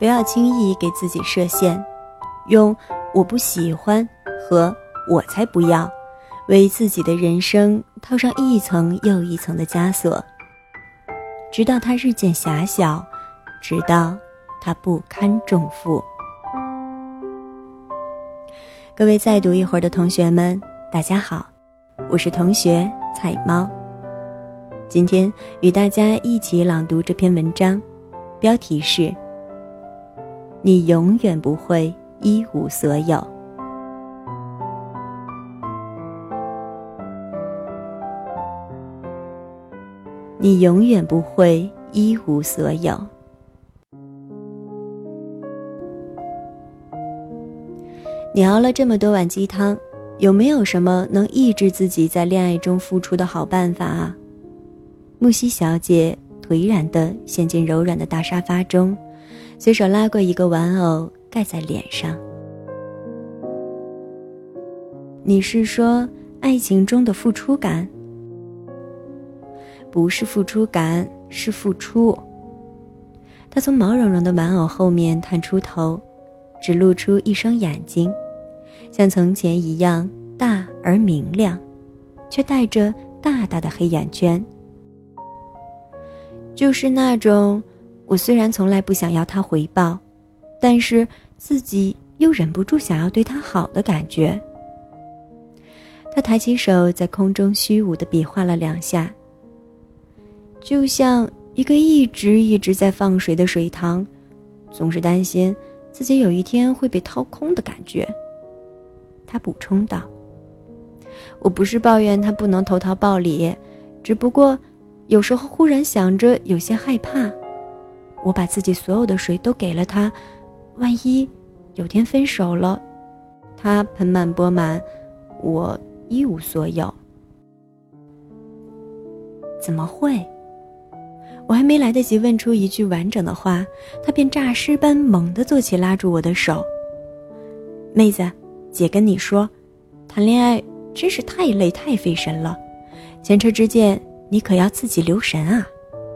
不要轻易给自己设限，用我不喜欢和我才不要为自己的人生套上一层又一层的枷锁，直到它日渐狭小，直到它不堪重负。各位再读一会儿的同学们，大家好，我是同学彩猫。今天与大家一起朗读这篇文章，标题是你永远不会一无所有。你永远不会一无所有。你熬了这么多碗鸡汤，有没有什么能抑制自己在恋爱中付出的好办法啊？木西小姐颓然地陷进柔软的大沙发中，随手拉过一个玩偶盖在脸上。你是说爱情中的付出感？不是付出感，是付出。她从毛茸茸的玩偶后面探出头，只露出一双眼睛，像从前一样大而明亮，却带着大大的黑眼圈。就是那种我虽然从来不想要他回报，但是自己又忍不住想要对他好的感觉。他抬起手在空中虚无地比划了2下，就像一个一直在放水的水塘，总是担心自己有一天会被掏空的感觉。他补充道，我不是抱怨他不能投桃报李，只不过有时候忽然想着有些害怕，我把自己所有的水都给了他，万一有天分手了，他盆满钵满，我一无所有。怎么会？我还没来得及问出一句完整的话，他便诈尸般猛地坐起，拉住我的手。妹子，姐跟你说，谈恋爱真是太累太费神了，前车之鉴你可要自己留神啊。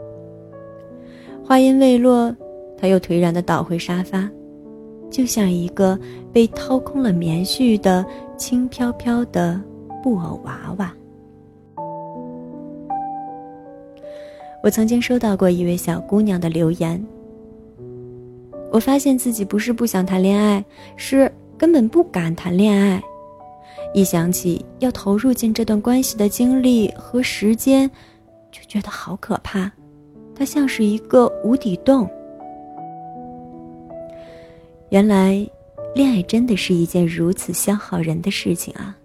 话音未落，他又颓然地倒回沙发，就像一个被掏空了棉絮的轻飘飘的布偶娃娃。我曾经收到过一位小姑娘的留言，我发现自己不是不想谈恋爱，是根本不敢谈恋爱。一想起要投入进这段关系的精力和时间，就觉得好可怕，它像是一个无底洞。原来恋爱真的是一件如此消耗人的事情啊。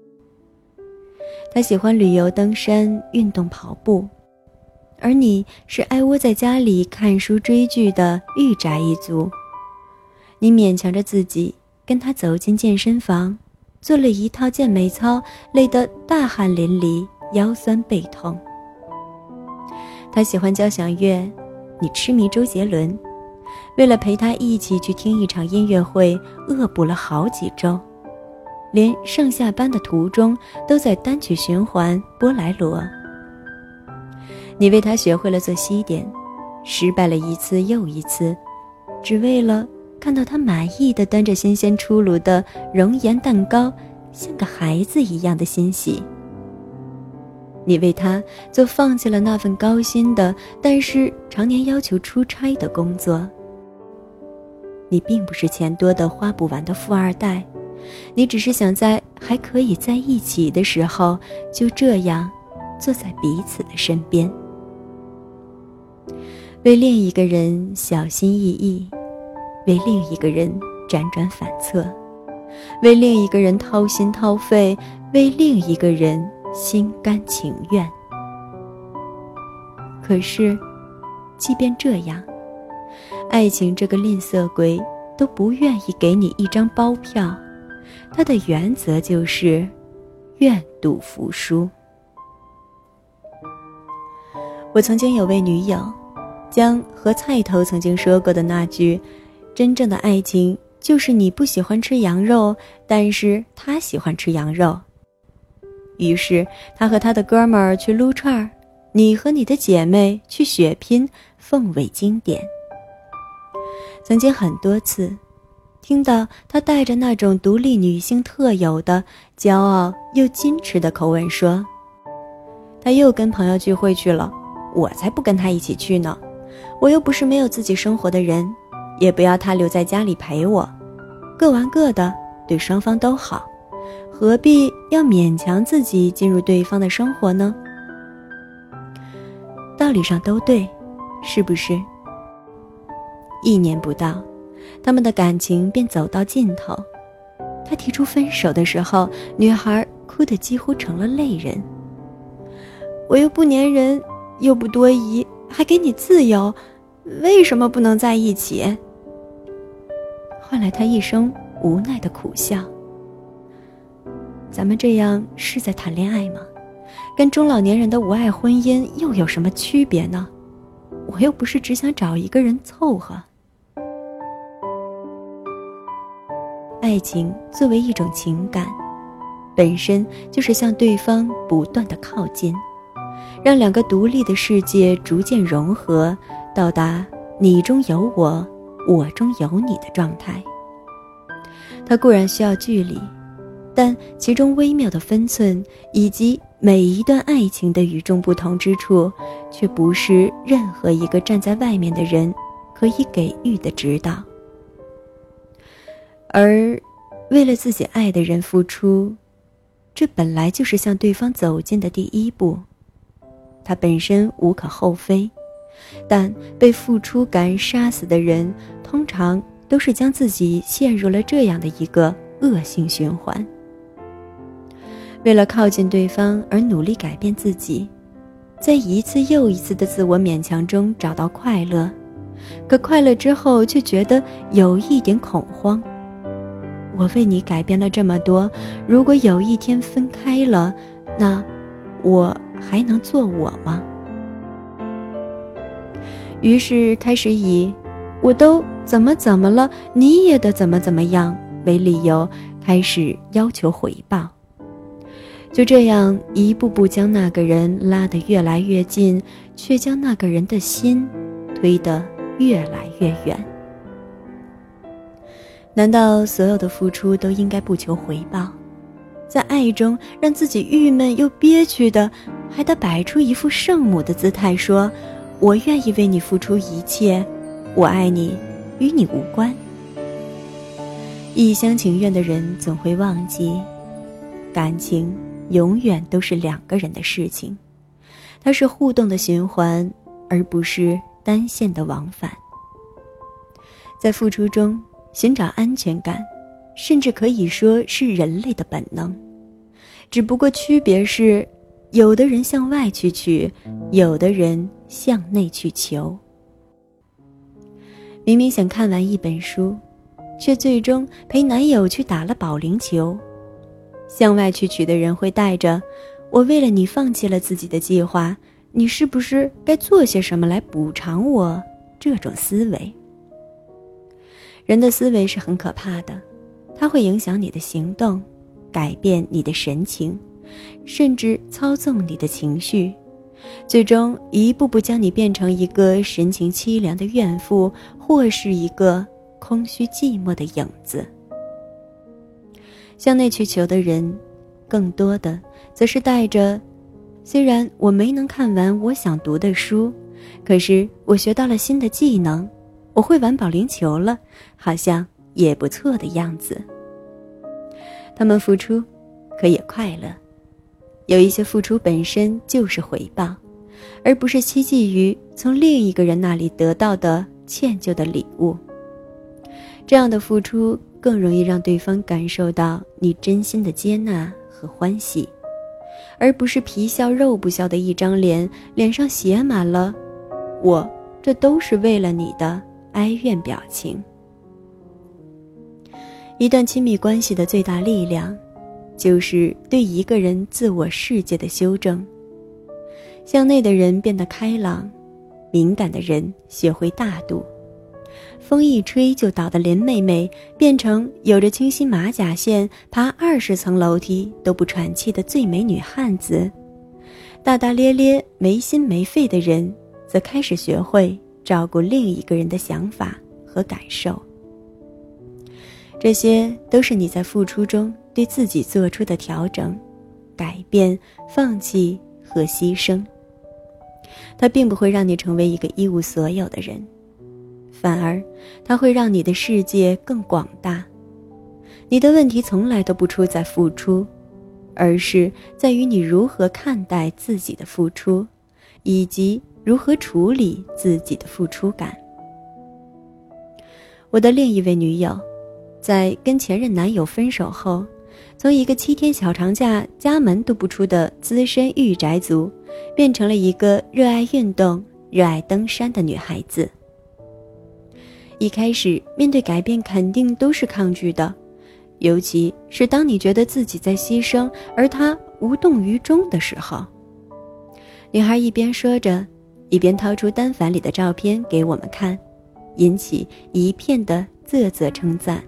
他喜欢旅游、登山、运动、跑步，而你是爱窝在家里看书追剧的御宅一族。你勉强着自己跟他走进健身房，做了一套健美操，累得大汗淋漓，腰酸背痛。他喜欢交响乐，你痴迷周杰伦，为了陪他一起去听一场音乐会，恶补了好几周，连上下班的途中都在单曲循环波莱罗。你为他学会了做西点，失败了一次又一次，只为了看到他满意的端着新鲜出炉的熔岩蛋糕，像个孩子一样的欣喜。你为他做放弃了那份高薪的，但是常年要求出差的工作。你并不是钱多的花不完的富二代，你只是想在还可以在一起的时候，就这样坐在彼此的身边，为另一个人小心翼翼，为另一个人辗转反侧，为另一个人掏心掏肺，为另一个人心甘情愿。可是即便这样，爱情这个吝啬鬼都不愿意给你一张包票，他的原则就是愿赌服输。我曾经有位女友，将和菜头曾经说过的那句真正的爱情就是你不喜欢吃羊肉，但是他喜欢吃羊肉。于是他和他的哥们儿去撸串儿，你和你的姐妹去血拼，奉为经典。 曾经很多次听到他带着那种独立女性特有的骄傲又矜持的口吻说，他又跟朋友聚会去了，我才不跟他一起去呢，我又不是没有自己生活的人，也不要他留在家里陪我，各玩各的，对双方都好，何必要勉强自己进入对方的生活呢？道理上都对，是不是？1年不到，他们的感情便走到尽头。他提出分手的时候，女孩哭得几乎成了泪人。我又不粘人，又不多疑，还给你自由，为什么不能在一起？换来他一声无奈的苦笑。咱们这样是在谈恋爱吗？跟中老年人的无爱婚姻又有什么区别呢？我又不是只想找一个人凑合。爱情作为一种情感，本身就是向对方不断的靠近，让2个独立的世界逐渐融合，到达你中有我，我中有你的状态。它固然需要距离，但其中微妙的分寸以及每一段爱情的与众不同之处，却不是任何一个站在外面的人可以给予的指导。而为了自己爱的人付出，这本来就是向对方走近的第一步，它本身无可厚非，但被付出感杀死的人，通常都是将自己陷入了这样的一个恶性循环。为了靠近对方而努力改变自己，在一次又一次的自我勉强中找到快乐，可快乐之后却觉得有一点恐慌。我为你改变了这么多，如果有一天分开了，那我还能做我吗？于是开始以我都怎么了，你也得怎么样为理由，开始要求回报。就这样一步步将那个人拉得越来越近，却将那个人的心推得越来越远。难道所有的付出都应该不求回报？在爱中让自己郁闷又憋屈的，还得摆出一副圣母的姿态说，我愿意为你付出一切，我爱你，与你无关。一厢情愿的人总会忘记，感情永远都是2个人的事情，它是互动的循环，而不是单线的往返。在付出中寻找安全感，甚至可以说是人类的本能，只不过区别是，有的人向外去取，有的人向内去求。明明想看完一本书，却最终陪男友去打了保龄球。向外去取的人会带着我为了你放弃了自己的计划，你是不是该做些什么来补偿我，这种思维。人的思维是很可怕的，它会影响你的行动，改变你的神情，甚至操纵你的情绪，最终一步步将你变成一个神情凄凉的怨妇，或是一个空虚寂寞的影子。向内去求的人，更多的则是带着虽然我没能看完我想读的书，可是我学到了新的技能，我会玩保龄球了，好像也不错的样子。他们付出可也快乐，有一些付出本身就是回报，而不是期冀于从另一个人那里得到的歉疚的礼物。这样的付出更容易让对方感受到你真心的接纳和欢喜，而不是皮笑肉不笑的一张脸，脸上写满了我这都是为了你的哀怨表情。一段亲密关系的最大力量，就是对一个人自我世界的修正。向内的人变得开朗，敏感的人学会大度。风一吹就倒的林妹妹，变成有着清新马甲线爬20层楼梯都不喘气的最美女汉子。大大咧咧没心没肺的人，则开始学会照顾另一个人的想法和和感受。这些都是你在付出中对自己做出的调整、改变、放弃和牺牲。它并不会让你成为一个一无所有的人，反而它会让你的世界更广大。你的问题从来都不出在付出，而是在于你如何看待自己的付出，以及如何处理自己的付出感。我的另一位女友在跟前任男友分手后，从一个7天小长假家门都不出的资深御宅族，变成了一个热爱运动、热爱登山的女孩子。一开始面对改变肯定都是抗拒的，尤其是当你觉得自己在牺牲，而他无动于衷的时候。女孩一边说着，一边掏出单反里的照片给我们看，引起一片的啧啧称赞。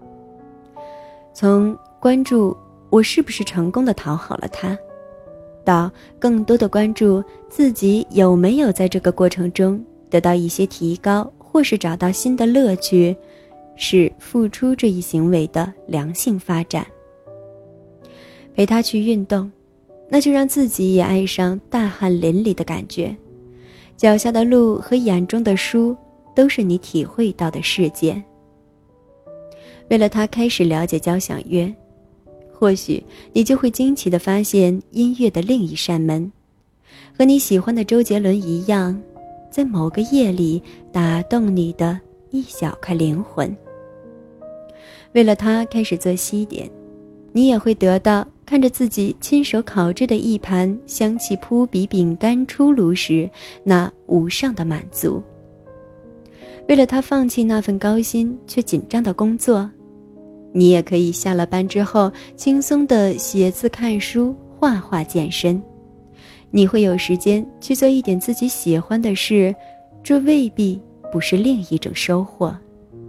从关注我是不是成功地讨好了他，到更多的关注自己有没有在这个过程中得到一些提高，或是找到新的乐趣，是付出这一行为的良性发展。陪他去运动，那就让自己也爱上大汗淋漓的感觉，脚下的路和眼中的书都是你体会到的世界。为了他开始了解交响乐，或许你就会惊奇地发现音乐的另一扇门，和你喜欢的周杰伦一样，在某个夜里打动你的一小块灵魂。为了他开始做西点，你也会得到看着自己亲手烤制的一盘香气扑鼻饼干出炉时那无上的满足。为了他放弃那份高薪却紧张的工作，你也可以下了班之后轻松地写字、看书、画画、健身。你会有时间去做一点自己喜欢的事，这未必不是另一种收获。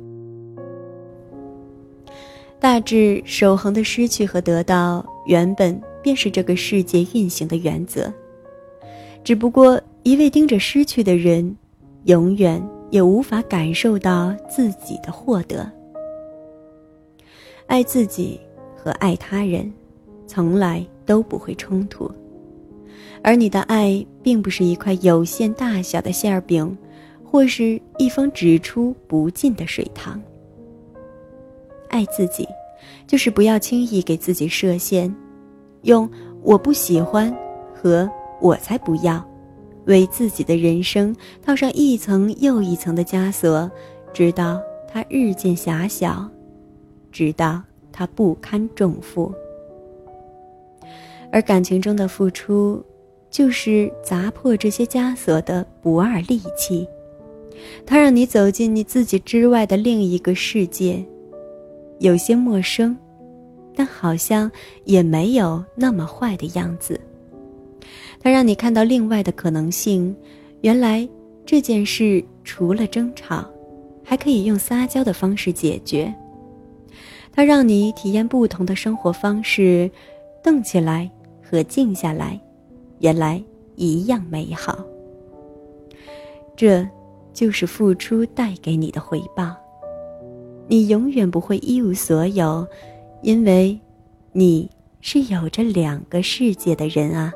大致守恒的失去和得到，原本便是这个世界运行的原则。只不过一味盯着失去的人，永远也无法感受到自己的获得。爱自己和爱他人从来都不会冲突，而你的爱并不是一块有限大小的馅饼，或是一方只出不进的水塘。爱自己就是不要轻易给自己设限，用我不喜欢和我才不要为自己的人生套上一层又一层的枷锁，直到它日渐狭小，直到它不堪重负。而感情中的付出，就是砸破这些枷锁的不二利器，它让你走进你自己之外的另一个世界，有些陌生，但好像也没有那么坏的样子。它让你看到另外的可能性，原来这件事除了争吵，还可以用撒娇的方式解决。它让你体验不同的生活方式，动起来和静下来，原来一样美好。这就是付出带给你的回报。你永远不会一无所有，因为你是有着两个世界的人啊。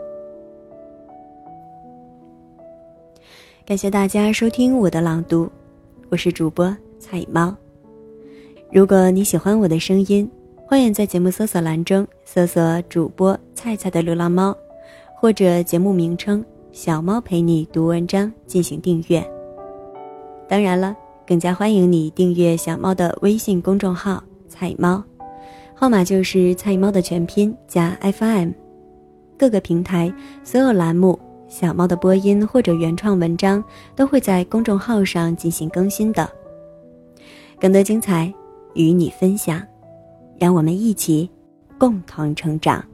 感谢大家收听我的朗读，我是主播菜猫。如果你喜欢我的声音，欢迎在节目搜索栏中搜索主播菜菜的流浪猫，或者节目名称小猫陪你读文章进行订阅。当然了，更加欢迎你订阅小猫的微信公众号菜猫，号码就是菜猫的全拼加 FM。 各个平台所有栏目小猫的播音或者原创文章都会在公众号上进行更新的，更多精彩与你分享，让我们一起共同成长。